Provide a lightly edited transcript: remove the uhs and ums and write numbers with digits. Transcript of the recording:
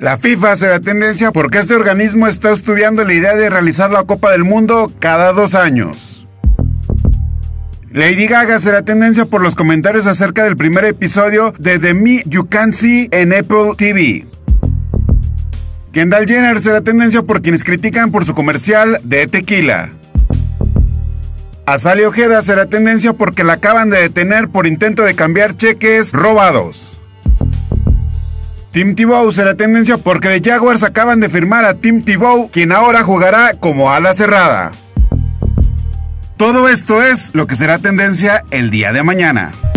La FIFA será tendencia porque este organismo está estudiando la idea de realizar la Copa del Mundo cada 2 años. Lady Gaga será tendencia por los comentarios acerca del primer episodio de The Me You Can See en Apple TV. Kendall Jenner será tendencia por quienes critican por su comercial de tequila. Azalea Ojeda será tendencia porque la acaban de detener por intento de cambiar cheques robados. Tim Tebow será tendencia porque The Jaguars acaban de firmar a Tim Tebow, quien ahora jugará como ala cerrada. Todo esto es lo que será tendencia el día de mañana.